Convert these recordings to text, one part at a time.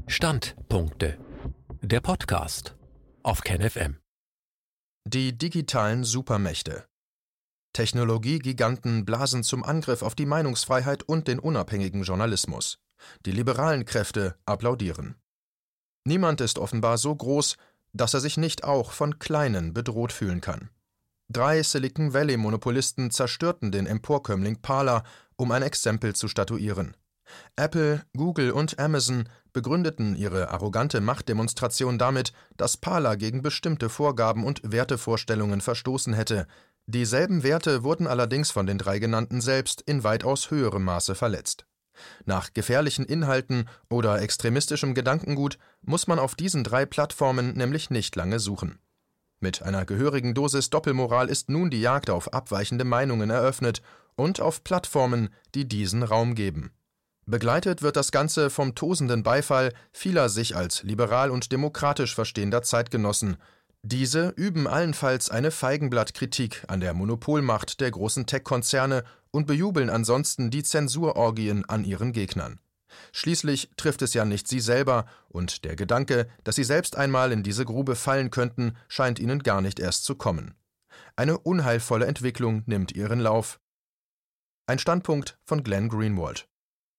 Standpunkte. Der Podcast auf KenFM. Die digitalen Supermächte. Technologiegiganten blasen zum Angriff auf die Meinungsfreiheit und den unabhängigen Journalismus. Die liberalen Kräfte applaudieren. Niemand ist offenbar so groß, dass er sich nicht auch von Kleinen bedroht fühlen kann. 3 Silicon Valley-Monopolisten zerstörten den Emporkömmling Parler, um ein Exempel zu statuieren. Apple, Google und Amazon begründeten ihre arrogante Machtdemonstration damit, dass Parler gegen bestimmte Vorgaben und Wertevorstellungen verstoßen hätte. Dieselben Werte wurden allerdings von den 3 genannten selbst in weitaus höherem Maße verletzt. Nach gefährlichen Inhalten oder extremistischem Gedankengut muss man auf diesen 3 Plattformen nämlich nicht lange suchen. Mit einer gehörigen Dosis Doppelmoral ist nun die Jagd auf abweichende Meinungen eröffnet und auf Plattformen, die diesen Raum geben. Begleitet wird das Ganze vom tosenden Beifall vieler sich als liberal und demokratisch verstehender Zeitgenossen. Diese üben allenfalls eine Feigenblattkritik an der Monopolmacht der großen Tech-Konzerne und bejubeln ansonsten die Zensurorgien an ihren Gegnern. Schließlich trifft es ja nicht sie selber, und der Gedanke, dass sie selbst einmal in diese Grube fallen könnten, scheint ihnen gar nicht erst zu kommen. Eine unheilvolle Entwicklung nimmt ihren Lauf. Ein Standpunkt von Glenn Greenwald.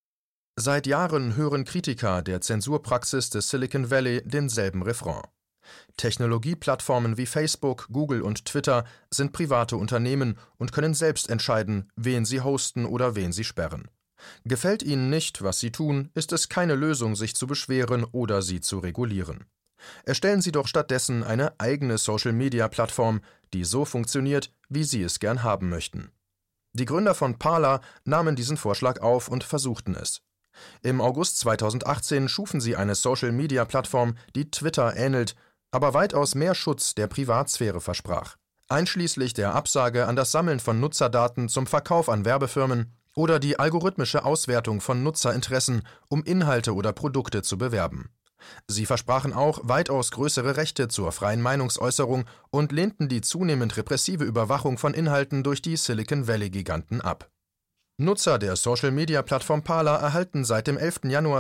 Seit Jahren hören Kritiker der Zensurpraxis des Silicon Valley denselben Refrain. Technologieplattformen wie Facebook, Google und Twitter sind private Unternehmen und können selbst entscheiden, wen sie hosten oder wen sie sperren. Gefällt ihnen nicht, was sie tun, ist es keine Lösung, sich zu beschweren oder sie zu regulieren. Erstellen Sie doch stattdessen eine eigene Social-Media-Plattform, die so funktioniert, wie Sie es gern haben möchten. Die Gründer von Parler nahmen diesen Vorschlag auf und versuchten es. Im August 2018 schufen sie eine Social-Media-Plattform, die Twitter ähnelt, aber weitaus mehr Schutz der Privatsphäre versprach. Einschließlich der Absage an das Sammeln von Nutzerdaten zum Verkauf an Werbefirmen oder die algorithmische Auswertung von Nutzerinteressen, um Inhalte oder Produkte zu bewerben. Sie versprachen auch weitaus größere Rechte zur freien Meinungsäußerung und lehnten die zunehmend repressive Überwachung von Inhalten durch die Silicon Valley-Giganten ab. Nutzer der Social-Media-Plattform Parler erhalten seit dem 11. Januar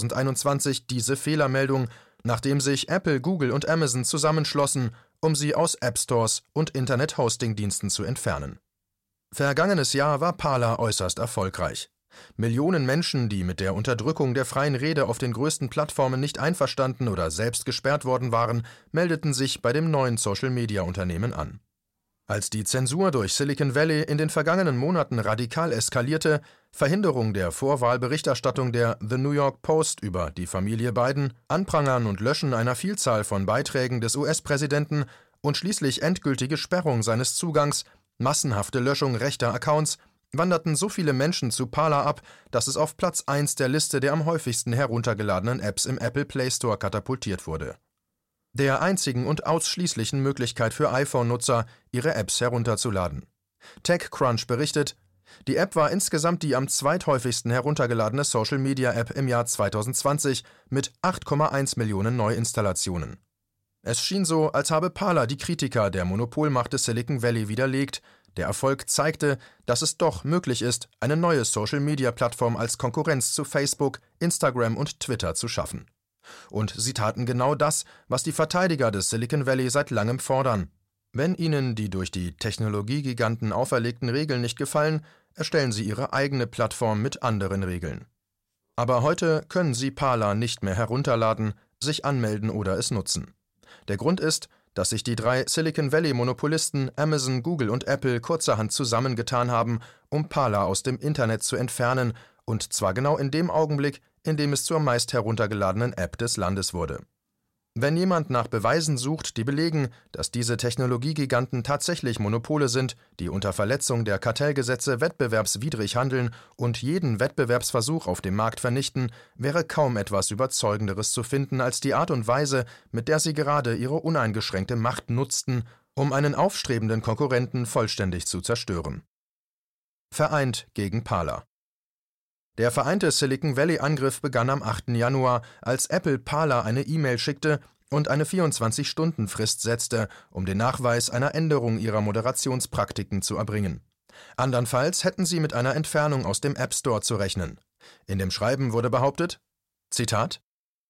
2021 diese Fehlermeldung, nachdem sich Apple, Google und Amazon zusammenschlossen, um sie aus App-Stores und Internet-Hosting-Diensten zu entfernen. Vergangenes Jahr war Parler äußerst erfolgreich. Millionen Menschen, die mit der Unterdrückung der freien Rede auf den größten Plattformen nicht einverstanden oder selbst gesperrt worden waren, meldeten sich bei dem neuen Social-Media-Unternehmen an. Als die Zensur durch Silicon Valley in den vergangenen Monaten radikal eskalierte, Verhinderung der Vorwahlberichterstattung der The New York Post über die Familie Biden, Anprangern und Löschen einer Vielzahl von Beiträgen des US-Präsidenten und schließlich endgültige Sperrung seines Zugangs, massenhafte Löschung rechter Accounts, wanderten so viele Menschen zu Parler ab, dass es auf Platz 1 der Liste der am häufigsten heruntergeladenen Apps im Apple Play Store katapultiert wurde. Der einzigen und ausschließlichen Möglichkeit für iPhone-Nutzer, ihre Apps herunterzuladen. TechCrunch berichtet, die App war insgesamt die am zweithäufigsten heruntergeladene Social-Media-App im Jahr 2020 mit 8,1 Millionen Neuinstallationen. Es schien so, als habe Parler die Kritiker der Monopolmacht des Silicon Valley widerlegt. Der Erfolg zeigte, dass es doch möglich ist, eine neue Social-Media-Plattform als Konkurrenz zu Facebook, Instagram und Twitter zu schaffen. Und sie taten genau das, was die Verteidiger des Silicon Valley seit langem fordern. Wenn ihnen die durch die Technologiegiganten auferlegten Regeln nicht gefallen, erstellen sie ihre eigene Plattform mit anderen Regeln. Aber heute können sie Parler nicht mehr herunterladen, sich anmelden oder es nutzen. Der Grund ist, dass sich die 3 Silicon Valley-Monopolisten Amazon, Google und Apple kurzerhand zusammengetan haben, um Parler aus dem Internet zu entfernen, und zwar genau in dem Augenblick, in dem es zur meist heruntergeladenen App des Landes wurde. Wenn jemand nach Beweisen sucht, die belegen, dass diese Technologiegiganten tatsächlich Monopole sind, die unter Verletzung der Kartellgesetze wettbewerbswidrig handeln und jeden Wettbewerbsversuch auf dem Markt vernichten, wäre kaum etwas Überzeugenderes zu finden als die Art und Weise, mit der sie gerade ihre uneingeschränkte Macht nutzten, um einen aufstrebenden Konkurrenten vollständig zu zerstören. Vereint gegen Parler. Der vereinte Silicon Valley-Angriff begann am 8. Januar, als Apple Parler eine E-Mail schickte und eine 24-Stunden-Frist setzte, um den Nachweis einer Änderung ihrer Moderationspraktiken zu erbringen. Andernfalls hätten sie mit einer Entfernung aus dem App Store zu rechnen. In dem Schreiben wurde behauptet, Zitat,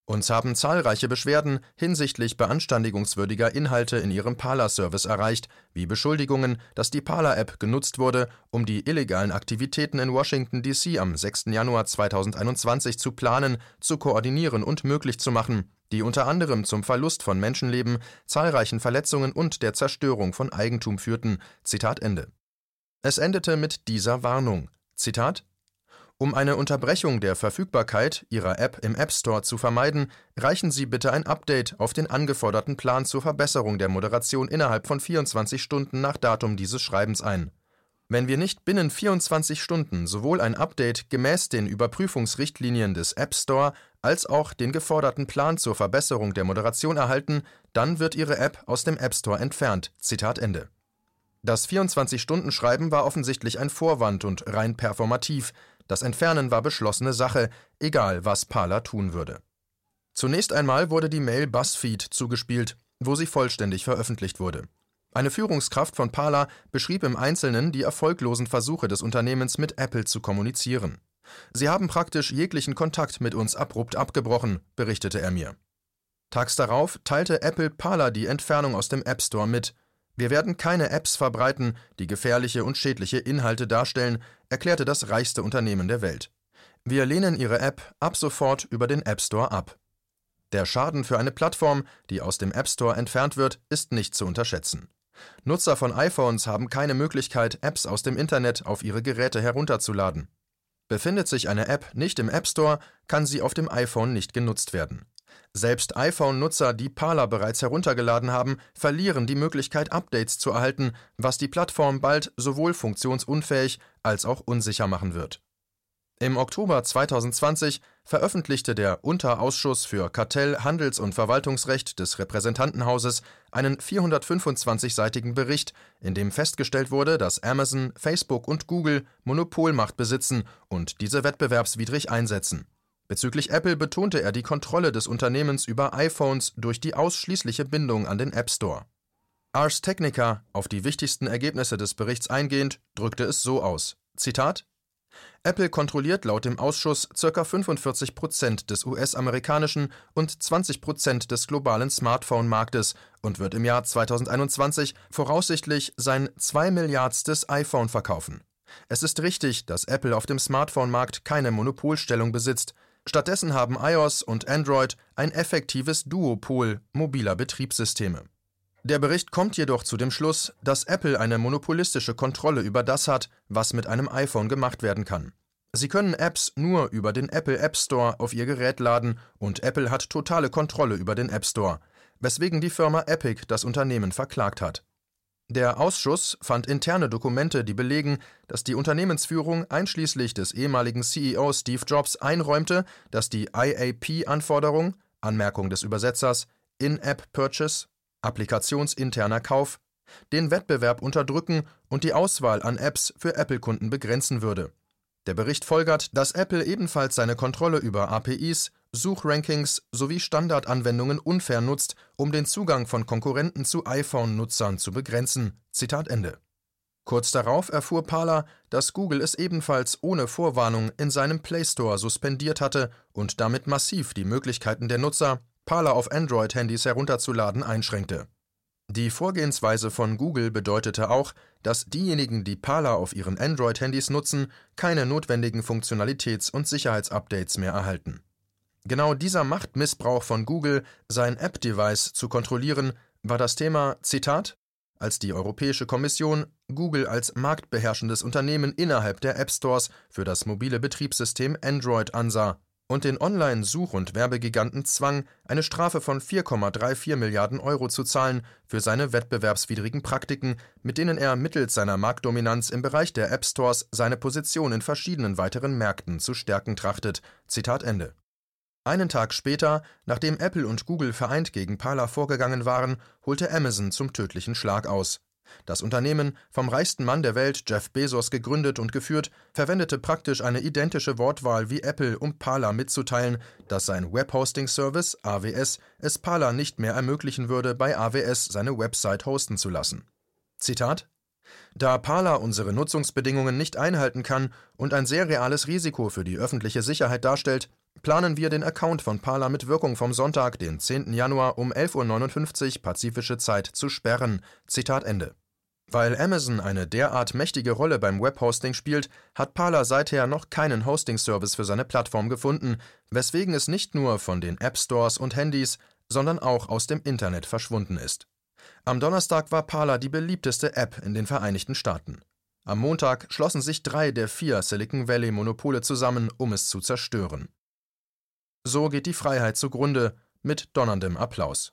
Uns haben zahlreiche Beschwerden hinsichtlich beanstandigungswürdiger Inhalte in Ihrem Parler-Service erreicht, wie Beschuldigungen, dass die Parler-App genutzt wurde, um die illegalen Aktivitäten in Washington D.C. am 6. Januar 2021 zu planen, zu koordinieren und möglich zu machen, die unter anderem zum Verlust von Menschenleben, zahlreichen Verletzungen und der Zerstörung von Eigentum führten. Zitat Ende. Es endete mit dieser Warnung. Zitat: Um eine Unterbrechung der Verfügbarkeit Ihrer App im App Store zu vermeiden, reichen Sie bitte ein Update auf den angeforderten Plan zur Verbesserung der Moderation innerhalb von 24 Stunden nach Datum dieses Schreibens ein. Wenn wir nicht binnen 24 Stunden sowohl ein Update gemäß den Überprüfungsrichtlinien des App Store als auch den geforderten Plan zur Verbesserung der Moderation erhalten, dann wird Ihre App aus dem App Store entfernt. Zitat Ende. Das 24-Stunden-Schreiben war offensichtlich ein Vorwand und rein performativ. Das Entfernen war beschlossene Sache, egal was Parler tun würde. Zunächst einmal wurde die Mail BuzzFeed zugespielt, wo sie vollständig veröffentlicht wurde. Eine Führungskraft von Parler beschrieb im Einzelnen die erfolglosen Versuche des Unternehmens mit Apple zu kommunizieren. Sie haben praktisch jeglichen Kontakt mit uns abrupt abgebrochen, berichtete er mir. Tags darauf teilte Apple Parler die Entfernung aus dem App Store mit. Wir werden keine Apps verbreiten, die gefährliche und schädliche Inhalte darstellen, erklärte das reichste Unternehmen der Welt. Wir lehnen Ihre App ab sofort über den App Store ab. Der Schaden für eine Plattform, die aus dem App Store entfernt wird, ist nicht zu unterschätzen. Nutzer von iPhones haben keine Möglichkeit, Apps aus dem Internet auf ihre Geräte herunterzuladen. Befindet sich eine App nicht im App Store, kann sie auf dem iPhone nicht genutzt werden. Selbst iPhone-Nutzer, die Parler bereits heruntergeladen haben, verlieren die Möglichkeit, Updates zu erhalten, was die Plattform bald sowohl funktionsunfähig als auch unsicher machen wird. Im Oktober 2020 veröffentlichte der Unterausschuss für Kartell-, Handels- und Verwaltungsrecht des Repräsentantenhauses einen 425-seitigen Bericht, in dem festgestellt wurde, dass Amazon, Facebook und Google Monopolmacht besitzen und diese wettbewerbswidrig einsetzen. Bezüglich Apple betonte er die Kontrolle des Unternehmens über iPhones durch die ausschließliche Bindung an den App Store. Ars Technica, auf die wichtigsten Ergebnisse des Berichts eingehend, drückte es so aus. Zitat: Apple kontrolliert laut dem Ausschuss ca. 45% des US-amerikanischen und 20% des globalen Smartphone-Marktes und wird im Jahr 2021 voraussichtlich sein 2 Milliardstes iPhone verkaufen. Es ist richtig, dass Apple auf dem Smartphone-Markt keine Monopolstellung besitzt. Stattdessen haben iOS und Android ein effektives Duopol mobiler Betriebssysteme. Der Bericht kommt jedoch zu dem Schluss, dass Apple eine monopolistische Kontrolle über das hat, was mit einem iPhone gemacht werden kann. Sie können Apps nur über den Apple App Store auf ihr Gerät laden und Apple hat totale Kontrolle über den App Store, weswegen die Firma Epic das Unternehmen verklagt hat. Der Ausschuss fand interne Dokumente, die belegen, dass die Unternehmensführung einschließlich des ehemaligen CEO Steve Jobs einräumte, dass die IAP-Anforderung, Anmerkung des Übersetzers, In-App-Purchase, applikationsinterner Kauf, den Wettbewerb unterdrücken und die Auswahl an Apps für Apple-Kunden begrenzen würde. Der Bericht folgert, dass Apple ebenfalls seine Kontrolle über APIs, Suchrankings sowie Standardanwendungen unfair nutzt, um den Zugang von Konkurrenten zu iPhone-Nutzern zu begrenzen. Zitat Ende. Kurz darauf erfuhr Parler, dass Google es ebenfalls ohne Vorwarnung in seinem Play Store suspendiert hatte und damit massiv die Möglichkeiten der Nutzer, Parler auf Android-Handys herunterzuladen, einschränkte. Die Vorgehensweise von Google bedeutete auch, dass diejenigen, die Parler auf ihren Android-Handys nutzen, keine notwendigen Funktionalitäts- und Sicherheitsupdates mehr erhalten. Genau dieser Machtmissbrauch von Google, sein App-Device zu kontrollieren, war das Thema, Zitat, als die Europäische Kommission Google als marktbeherrschendes Unternehmen innerhalb der App-Stores für das mobile Betriebssystem Android ansah und den Online-Such- und Werbegiganten zwang, eine Strafe von 4,34 Milliarden Euro zu zahlen für seine wettbewerbswidrigen Praktiken, mit denen er mittels seiner Marktdominanz im Bereich der App-Stores seine Position in verschiedenen weiteren Märkten zu stärken trachtet. Zitat Ende. Einen Tag später, nachdem Apple und Google vereint gegen Parler vorgegangen waren, holte Amazon zum tödlichen Schlag aus. Das Unternehmen, vom reichsten Mann der Welt, Jeff Bezos, gegründet und geführt, verwendete praktisch eine identische Wortwahl wie Apple, um Parler mitzuteilen, dass sein Webhosting-Service AWS es Parler nicht mehr ermöglichen würde, bei AWS seine Website hosten zu lassen. Zitat: Da Parler unsere Nutzungsbedingungen nicht einhalten kann und ein sehr reales Risiko für die öffentliche Sicherheit darstellt, Planen wir, den Account von Parler mit Wirkung vom Sonntag, den 10. Januar um 11:59 Uhr pazifische Zeit zu sperren. Zitat Ende. Weil Amazon eine derart mächtige Rolle beim Webhosting spielt, hat Parler seither noch keinen Hosting-Service für seine Plattform gefunden, weswegen es nicht nur von den App-Stores und Handys, sondern auch aus dem Internet verschwunden ist. Am Donnerstag war Parler die beliebteste App in den Vereinigten Staaten. Am Montag schlossen sich 3 der 4 Silicon Valley-Monopole zusammen, um es zu zerstören. So geht die Freiheit zugrunde, mit donnerndem Applaus.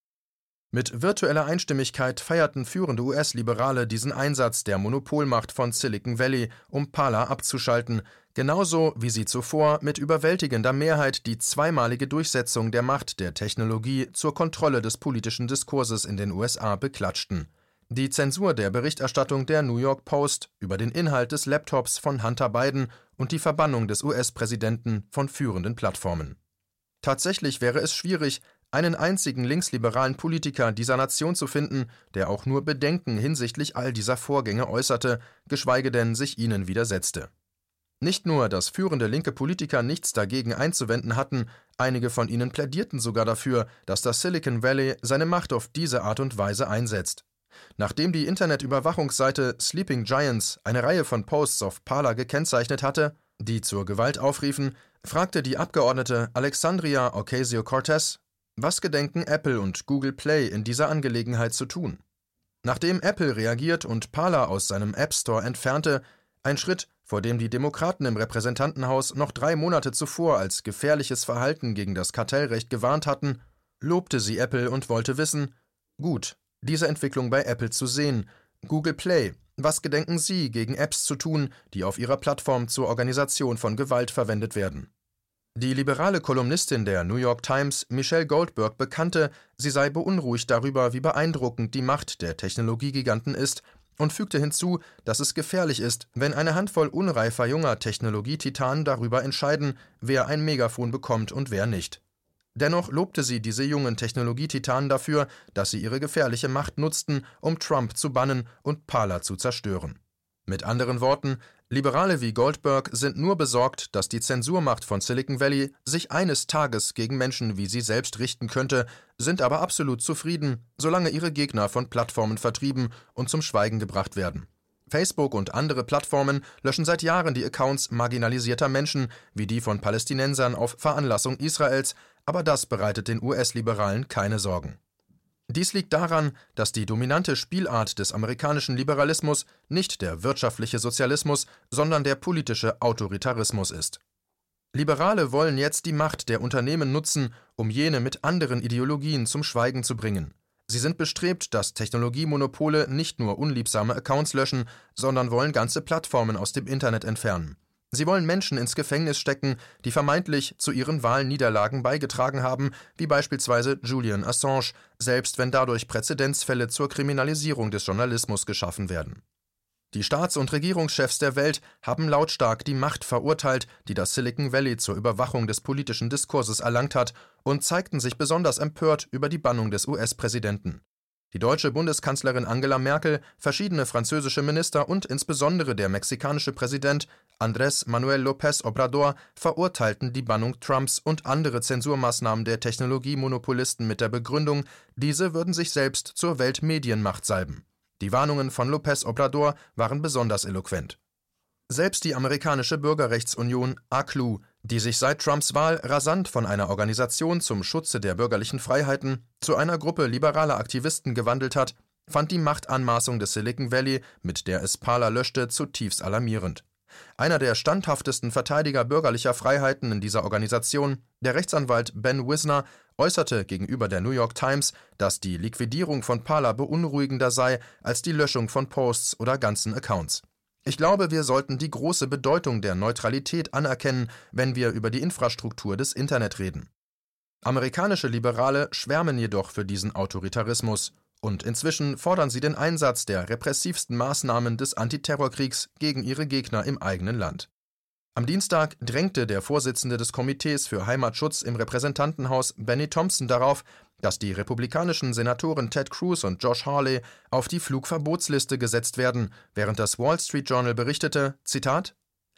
Mit virtueller Einstimmigkeit feierten führende US-Liberale diesen Einsatz der Monopolmacht von Silicon Valley, um Parler abzuschalten, genauso wie sie zuvor mit überwältigender Mehrheit die zweimalige Durchsetzung der Macht der Technologie zur Kontrolle des politischen Diskurses in den USA beklatschten. Die Zensur der Berichterstattung der New York Post über den Inhalt des Laptops von Hunter Biden und die Verbannung des US-Präsidenten von führenden Plattformen. Tatsächlich wäre es schwierig, einen einzigen linksliberalen Politiker dieser Nation zu finden, der auch nur Bedenken hinsichtlich all dieser Vorgänge äußerte, geschweige denn sich ihnen widersetzte. Nicht nur, dass führende linke Politiker nichts dagegen einzuwenden hatten, einige von ihnen plädierten sogar dafür, dass das Silicon Valley seine Macht auf diese Art und Weise einsetzt. Nachdem die Internetüberwachungsseite Sleeping Giants eine Reihe von Posts auf Parler gekennzeichnet hatte, die zur Gewalt aufriefen, fragte die Abgeordnete Alexandria Ocasio-Cortez, was gedenken Apple und Google Play in dieser Angelegenheit zu tun? Nachdem Apple reagiert und Parler aus seinem App Store entfernte, ein Schritt, vor dem die Demokraten im Repräsentantenhaus noch 3 Monate zuvor als gefährliches Verhalten gegen das Kartellrecht gewarnt hatten, lobte sie Apple und wollte wissen, gut, diese Entwicklung bei Apple zu sehen. Google Play, was gedenken Sie, gegen Apps zu tun, die auf Ihrer Plattform zur Organisation von Gewalt verwendet werden? Die liberale Kolumnistin der New York Times, Michelle Goldberg, bekannte, sie sei beunruhigt darüber, wie beeindruckend die Macht der Technologiegiganten ist, und fügte hinzu, dass es gefährlich ist, wenn eine Handvoll unreifer junger Technologietitanen darüber entscheiden, wer ein Megafon bekommt und wer nicht. Dennoch lobte sie diese jungen Technologietitanen dafür, dass sie ihre gefährliche Macht nutzten, um Trump zu bannen und Parler zu zerstören. Mit anderen Worten, Liberale wie Goldberg sind nur besorgt, dass die Zensurmacht von Silicon Valley sich eines Tages gegen Menschen wie sie selbst richten könnte, sind aber absolut zufrieden, solange ihre Gegner von Plattformen vertrieben und zum Schweigen gebracht werden. Facebook und andere Plattformen löschen seit Jahren die Accounts marginalisierter Menschen, wie die von Palästinensern auf Veranlassung Israels, aber das bereitet den US-Liberalen keine Sorgen. Dies liegt daran, dass die dominante Spielart des amerikanischen Liberalismus nicht der wirtschaftliche Sozialismus, sondern der politische Autoritarismus ist. Liberale wollen jetzt die Macht der Unternehmen nutzen, um jene mit anderen Ideologien zum Schweigen zu bringen. Sie sind bestrebt, dass Technologiemonopole nicht nur unliebsame Accounts löschen, sondern wollen ganze Plattformen aus dem Internet entfernen. Sie wollen Menschen ins Gefängnis stecken, die vermeintlich zu ihren Wahlniederlagen beigetragen haben, wie beispielsweise Julian Assange, selbst wenn dadurch Präzedenzfälle zur Kriminalisierung des Journalismus geschaffen werden. Die Staats- und Regierungschefs der Welt haben lautstark die Macht verurteilt, die das Silicon Valley zur Überwachung des politischen Diskurses erlangt hat, und zeigten sich besonders empört über die Bannung des US-Präsidenten. Die deutsche Bundeskanzlerin Angela Merkel, verschiedene französische Minister und insbesondere der mexikanische Präsident Andrés Manuel López Obrador verurteilten die Bannung Trumps und andere Zensurmaßnahmen der Technologiemonopolisten mit der Begründung, diese würden sich selbst zur Weltmedienmacht salben. Die Warnungen von López Obrador waren besonders eloquent. Selbst die amerikanische Bürgerrechtsunion ACLU, die sich seit Trumps Wahl rasant von einer Organisation zum Schutze der bürgerlichen Freiheiten zu einer Gruppe liberaler Aktivisten gewandelt hat, fand die Machtanmaßung des Silicon Valley, mit der es Parler löschte, zutiefst alarmierend. Einer der standhaftesten Verteidiger bürgerlicher Freiheiten in dieser Organisation, der Rechtsanwalt Ben Wizner, äußerte gegenüber der New York Times, dass die Liquidierung von Parler beunruhigender sei als die Löschung von Posts oder ganzen Accounts. Ich glaube, wir sollten die große Bedeutung der Neutralität anerkennen, wenn wir über die Infrastruktur des Internet reden. Amerikanische Liberale schwärmen jedoch für diesen Autoritarismus, und inzwischen fordern sie den Einsatz der repressivsten Maßnahmen des Antiterrorkriegs gegen ihre Gegner im eigenen Land. Am Dienstag drängte der Vorsitzende des Komitees für Heimatschutz im Repräsentantenhaus Benny Thompson darauf, dass die republikanischen Senatoren Ted Cruz und Josh Hawley auf die Flugverbotsliste gesetzt werden, während das Wall Street Journal berichtete, Zitat: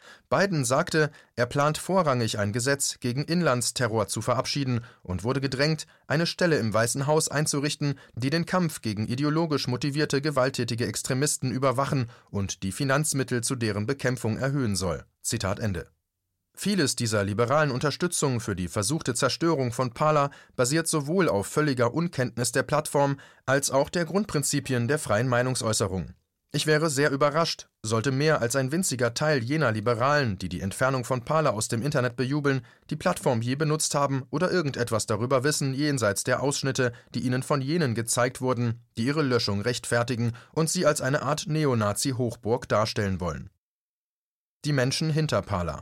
Biden sagte, er plant vorrangig ein Gesetz gegen Inlandsterror zu verabschieden und wurde gedrängt, eine Stelle im Weißen Haus einzurichten, die den Kampf gegen ideologisch motivierte gewalttätige Extremisten überwachen und die Finanzmittel zu deren Bekämpfung erhöhen soll. Zitat Ende. Vieles dieser liberalen Unterstützung für die versuchte Zerstörung von Parler basiert sowohl auf völliger Unkenntnis der Plattform als auch der Grundprinzipien der freien Meinungsäußerung. Ich wäre sehr überrascht, sollte mehr als ein winziger Teil jener Liberalen, die die Entfernung von Parler aus dem Internet bejubeln, die Plattform je benutzt haben oder irgendetwas darüber wissen, jenseits der Ausschnitte, die ihnen von jenen gezeigt wurden, die ihre Löschung rechtfertigen und sie als eine Art Neonazi-Hochburg darstellen wollen. Die Menschen hinter Parler.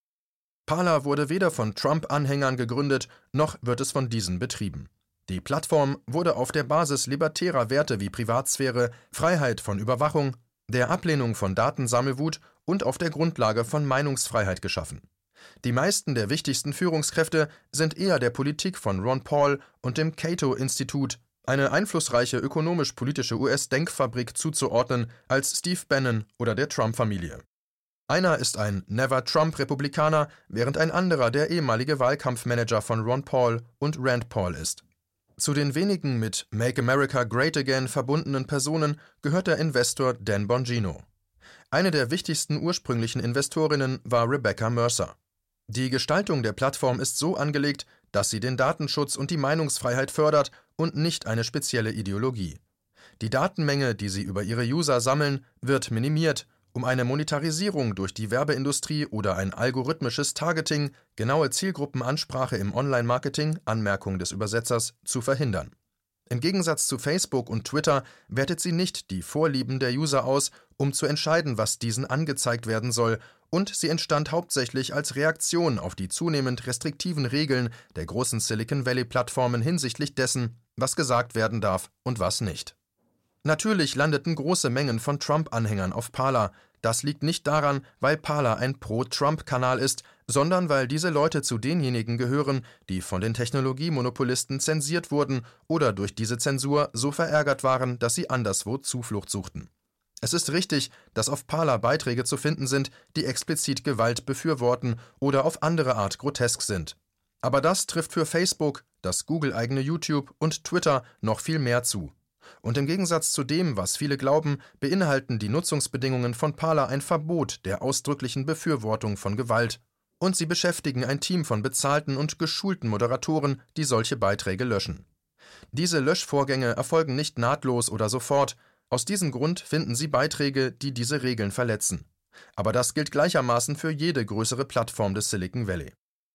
Parler wurde weder von Trump-Anhängern gegründet, noch wird es von diesen betrieben. Die Plattform wurde auf der Basis libertärer Werte wie Privatsphäre, Freiheit von Überwachung, der Ablehnung von Datensammelwut und auf der Grundlage von Meinungsfreiheit geschaffen. Die meisten der wichtigsten Führungskräfte sind eher der Politik von Ron Paul und dem Cato-Institut, eine einflussreiche ökonomisch-politische US-Denkfabrik, zuzuordnen, als Steve Bannon oder der Trump-Familie. Einer ist ein Never-Trump-Republikaner, während ein anderer der ehemalige Wahlkampfmanager von Ron Paul und Rand Paul ist. Zu den wenigen mit Make America Great Again verbundenen Personen gehört der Investor Dan Bongino. Eine der wichtigsten ursprünglichen Investorinnen war Rebecca Mercer. Die Gestaltung der Plattform ist so angelegt, dass sie den Datenschutz und die Meinungsfreiheit fördert und nicht eine spezielle Ideologie. Die Datenmenge, die sie über ihre User sammeln, wird minimiert, um eine Monetarisierung durch die Werbeindustrie oder ein algorithmisches Targeting, genaue Zielgruppenansprache im Online-Marketing, Anmerkung des Übersetzers, zu verhindern. Im Gegensatz zu Facebook und Twitter wertet sie nicht die Vorlieben der User aus, um zu entscheiden, was diesen angezeigt werden soll, und sie entstand hauptsächlich als Reaktion auf die zunehmend restriktiven Regeln der großen Silicon Valley-Plattformen hinsichtlich dessen, was gesagt werden darf und was nicht. Natürlich landeten große Mengen von Trump-Anhängern auf Parler. Das liegt nicht daran, weil Parler ein Pro-Trump-Kanal ist, sondern weil diese Leute zu denjenigen gehören, die von den Technologiemonopolisten zensiert wurden oder durch diese Zensur so verärgert waren, dass sie anderswo Zuflucht suchten. Es ist richtig, dass auf Parler Beiträge zu finden sind, die explizit Gewalt befürworten oder auf andere Art grotesk sind. Aber das trifft für Facebook, das Google-eigene YouTube und Twitter noch viel mehr zu. Und im Gegensatz zu dem, was viele glauben, beinhalten die Nutzungsbedingungen von Parler ein Verbot der ausdrücklichen Befürwortung von Gewalt. Und sie beschäftigen ein Team von bezahlten und geschulten Moderatoren, die solche Beiträge löschen. Diese Löschvorgänge erfolgen nicht nahtlos oder sofort. Aus diesem Grund finden Sie Beiträge, die diese Regeln verletzen. Aber das gilt gleichermaßen für jede größere Plattform des Silicon Valley.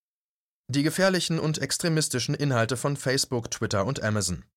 Die gefährlichen und extremistischen Inhalte von Facebook, Twitter und Amazon.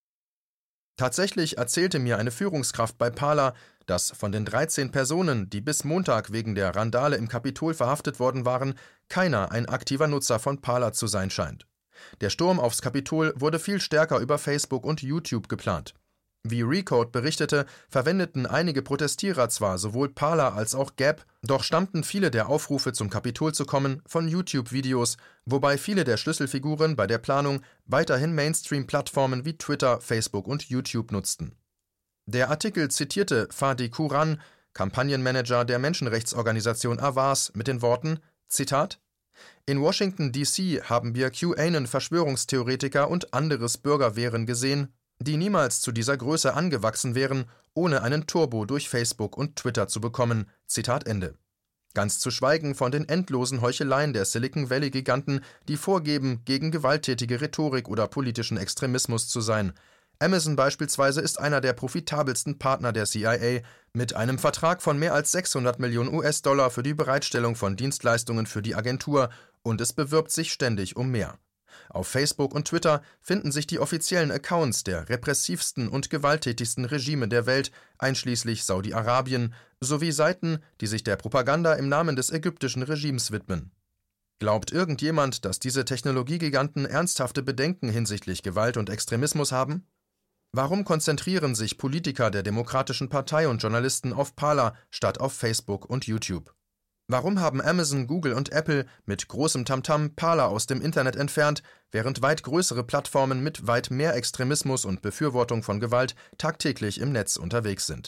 Tatsächlich erzählte mir eine Führungskraft bei Parler, dass von den 13 Personen, die bis Montag wegen der Randale im Kapitol verhaftet worden waren, keiner ein aktiver Nutzer von Parler zu sein scheint. Der Sturm aufs Kapitol wurde viel stärker über Facebook und YouTube geplant. Wie Recode berichtete, verwendeten einige Protestierer zwar sowohl Parler als auch Gab, doch stammten viele der Aufrufe, zum Kapitol zu kommen, von YouTube-Videos, wobei viele der Schlüsselfiguren bei der Planung weiterhin Mainstream-Plattformen wie Twitter, Facebook und YouTube nutzten. Der Artikel zitierte Fadi Kuran, Kampagnenmanager der Menschenrechtsorganisation Avaaz, mit den Worten, Zitat: In Washington D.C. haben wir QAnon-Verschwörungstheoretiker und anderes Bürgerwehren gesehen, die niemals zu dieser Größe angewachsen wären, ohne einen Turbo durch Facebook und Twitter zu bekommen. Zitat Ende. Ganz zu schweigen von den endlosen Heucheleien der Silicon Valley-Giganten, die vorgeben, gegen gewalttätige Rhetorik oder politischen Extremismus zu sein. Amazon beispielsweise ist einer der profitabelsten Partner der CIA, mit einem Vertrag von mehr als 600 Millionen US-Dollar für die Bereitstellung von Dienstleistungen für die Agentur, und es bewirbt sich ständig um mehr. Auf Facebook und Twitter finden sich die offiziellen Accounts der repressivsten und gewalttätigsten Regime der Welt, einschließlich Saudi-Arabien, sowie Seiten, die sich der Propaganda im Namen des ägyptischen Regimes widmen. Glaubt irgendjemand, dass diese Technologiegiganten ernsthafte Bedenken hinsichtlich Gewalt und Extremismus haben? Warum konzentrieren sich Politiker der Demokratischen Partei und Journalisten auf Parler statt auf Facebook und YouTube? Warum haben Amazon, Google und Apple mit großem Tamtam Parler aus dem Internet entfernt, während weit größere Plattformen mit weit mehr Extremismus und Befürwortung von Gewalt tagtäglich im Netz unterwegs sind?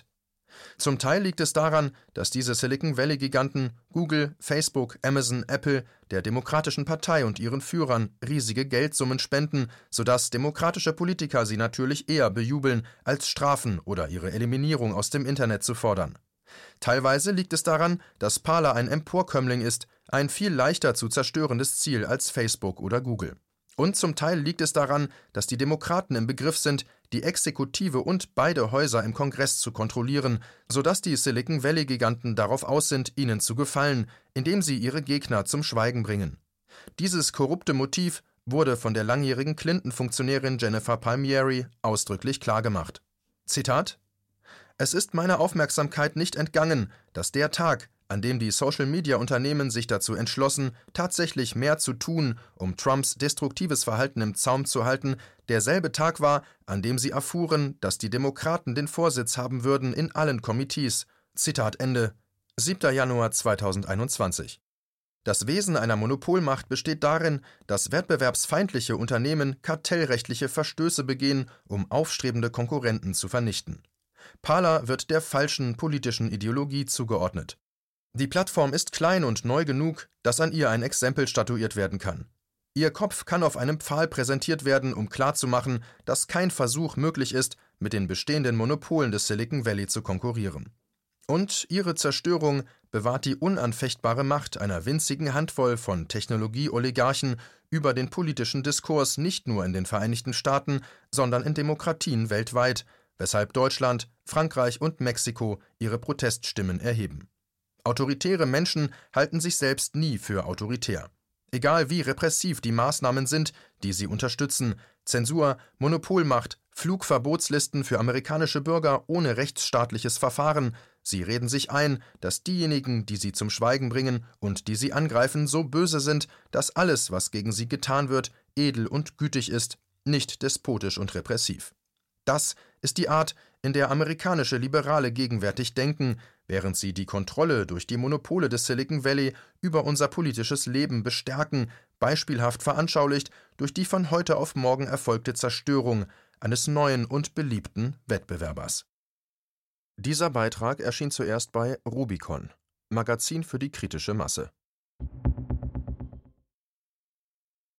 Zum Teil liegt es daran, dass diese Silicon Valley-Giganten Google, Facebook, Amazon, Apple der Demokratischen Partei und ihren Führern riesige Geldsummen spenden, sodass demokratische Politiker sie natürlich eher bejubeln, als strafen oder ihre Eliminierung aus dem Internet zu fordern. Teilweise liegt es daran, dass Parler ein Emporkömmling ist, ein viel leichter zu zerstörendes Ziel als Facebook oder Google. Und zum Teil liegt es daran, dass die Demokraten im Begriff sind, die Exekutive und beide Häuser im Kongress zu kontrollieren, sodass die Silicon Valley-Giganten darauf aus sind, ihnen zu gefallen, indem sie ihre Gegner zum Schweigen bringen. Dieses korrupte Motiv wurde von der langjährigen Clinton-Funktionärin Jennifer Palmieri ausdrücklich klargemacht. Zitat: »Es ist meiner Aufmerksamkeit nicht entgangen, dass der Tag, an dem die Social-Media-Unternehmen sich dazu entschlossen, tatsächlich mehr zu tun, um Trumps destruktives Verhalten im Zaum zu halten, derselbe Tag war, an dem sie erfuhren, dass die Demokraten den Vorsitz haben würden in allen Komitees.« Zitat Ende. 7. Januar 2021. Das Wesen einer Monopolmacht besteht darin, dass wettbewerbsfeindliche Unternehmen kartellrechtliche Verstöße begehen, um aufstrebende Konkurrenten zu vernichten. Parler wird der falschen politischen Ideologie zugeordnet. Die Plattform ist klein und neu genug, dass an ihr ein Exempel statuiert werden kann. Ihr Kopf kann auf einem Pfahl präsentiert werden, um klarzumachen, dass kein Versuch möglich ist, mit den bestehenden Monopolen des Silicon Valley zu konkurrieren. Und ihre Zerstörung bewahrt die unanfechtbare Macht einer winzigen Handvoll von Technologie-Oligarchen über den politischen Diskurs nicht nur in den Vereinigten Staaten, sondern in Demokratien weltweit, weshalb Deutschland, Frankreich und Mexiko ihre Proteststimmen erheben. Autoritäre Menschen halten sich selbst nie für autoritär. Egal wie repressiv die Maßnahmen sind, die sie unterstützen, Zensur, Monopolmacht, Flugverbotslisten für amerikanische Bürger ohne rechtsstaatliches Verfahren, sie reden sich ein, dass diejenigen, die sie zum Schweigen bringen und die sie angreifen, so böse sind, dass alles, was gegen sie getan wird, edel und gütig ist, nicht despotisch und repressiv. Das ist die Art, in der amerikanische Liberale gegenwärtig denken, während sie die Kontrolle durch die Monopole des Silicon Valley über unser politisches Leben bestärken, beispielhaft veranschaulicht durch die von heute auf morgen erfolgte Zerstörung eines neuen und beliebten Wettbewerbers. Dieser Beitrag erschien zuerst bei Rubicon, Magazin für die kritische Masse.